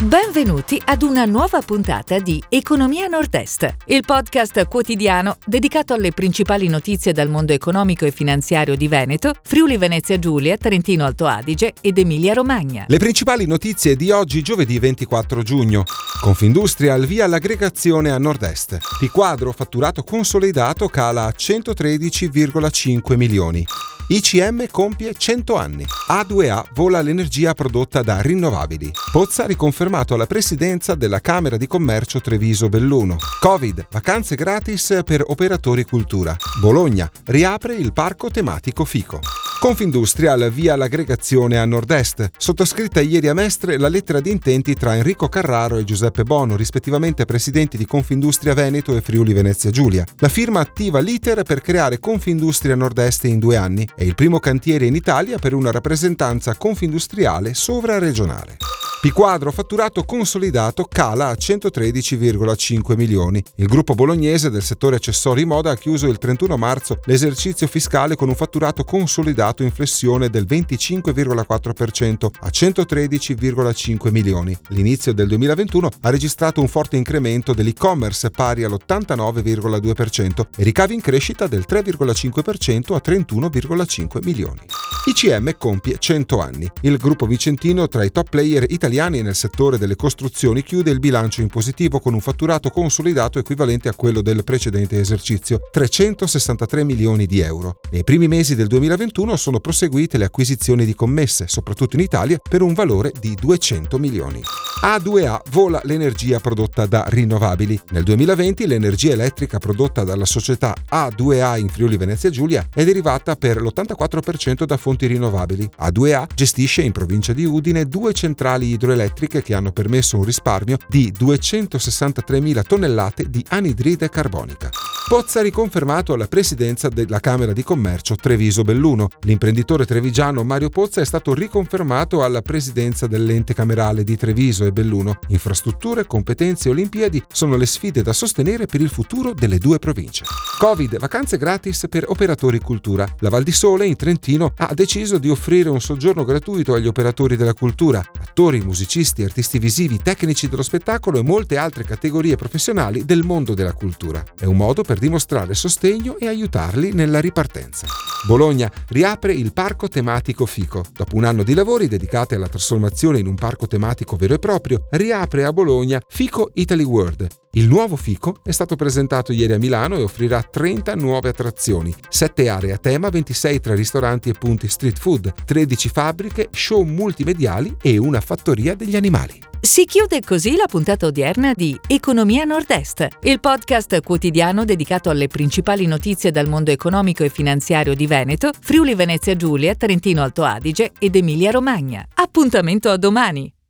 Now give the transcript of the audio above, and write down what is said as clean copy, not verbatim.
Benvenuti ad una nuova puntata di Economia Nord-Est, il podcast quotidiano dedicato alle principali notizie dal mondo economico e finanziario di Veneto, Friuli Venezia Giulia, Trentino Alto Adige ed Emilia Romagna. Le principali notizie di oggi, giovedì 24 giugno. Confindustria al via l'aggregazione a Nord-Est. P-Quadro fatturato consolidato cala a 113,5 milioni. ICM compie 100 anni. A2A vola l'energia prodotta da rinnovabili. Pozza riconfermato alla presidenza della Camera di Commercio Treviso-Belluno. Covid, vacanze gratis per operatori cultura. Bologna, riapre il parco tematico Fico. Confindustria al via l'aggregazione a Nord-Est. Sottoscritta ieri a Mestre la lettera di intenti tra Enrico Carraro e Giuseppe Bono, rispettivamente presidenti di Confindustria Veneto e Friuli Venezia Giulia. La firma attiva l'iter per creare Confindustria Nord-Est in 2 anni. È il primo cantiere in Italia per una rappresentanza confindustriale sovraregionale. P-Quadro fatturato consolidato cala a 113,5 milioni. Il gruppo bolognese del settore accessori moda ha chiuso il 31 marzo l'esercizio fiscale con un fatturato consolidato in flessione del 25,4% a 113,5 milioni. L'inizio del 2021 ha registrato un forte incremento dell'e-commerce pari all'89,2% e ricavi in crescita del 3,5% a 31,5 milioni. ICM compie 100 anni. Il gruppo vicentino, tra i top player italiani nel settore delle costruzioni, chiude il bilancio in positivo con un fatturato consolidato equivalente a quello del precedente esercizio, 363 milioni di euro. Nei primi mesi del 2021 sono proseguite le acquisizioni di commesse, soprattutto in Italia, per un valore di 200 milioni. A2A vola l'energia prodotta da rinnovabili. Nel 2020 l'energia elettrica prodotta dalla società A2A in Friuli Venezia Giulia è derivata per l'84% da fonti rinnovabili. A2A gestisce in provincia di Udine 2 centrali idroelettriche che hanno permesso un risparmio di 263.000 tonnellate di anidride carbonica. Pozza riconfermato alla presidenza della Camera di Commercio Treviso-Belluno. L'imprenditore trevigiano Mario Pozza è stato riconfermato alla presidenza dell'ente camerale di Treviso e Belluno. Infrastrutture, competenze e Olimpiadi sono le sfide da sostenere per il futuro delle 2 province. Covid, vacanze gratis per operatori cultura. La Val di Sole in Trentino ha deciso di offrire un soggiorno gratuito agli operatori della cultura, attori, musicisti, artisti visivi, tecnici dello spettacolo e molte altre categorie professionali del mondo della cultura. È un modo per dimostrare sostegno e aiutarli nella ripartenza. Bologna riapre il parco tematico Fico. Dopo un anno di lavori dedicati alla trasformazione in un parco tematico vero e proprio, riapre a Bologna Fico Italy World. Il nuovo Fico è stato presentato ieri a Milano e offrirà 30 nuove attrazioni, 7 aree a tema, 26 tra ristoranti e punti street food, 13 fabbriche, show multimediali e una fattoria degli animali. Si chiude così la puntata odierna di Economia Nord-Est, il podcast quotidiano dedicato alle principali notizie dal mondo economico e finanziario di Veneto, Friuli Venezia Giulia, Trentino Alto Adige ed Emilia Romagna. Appuntamento a domani!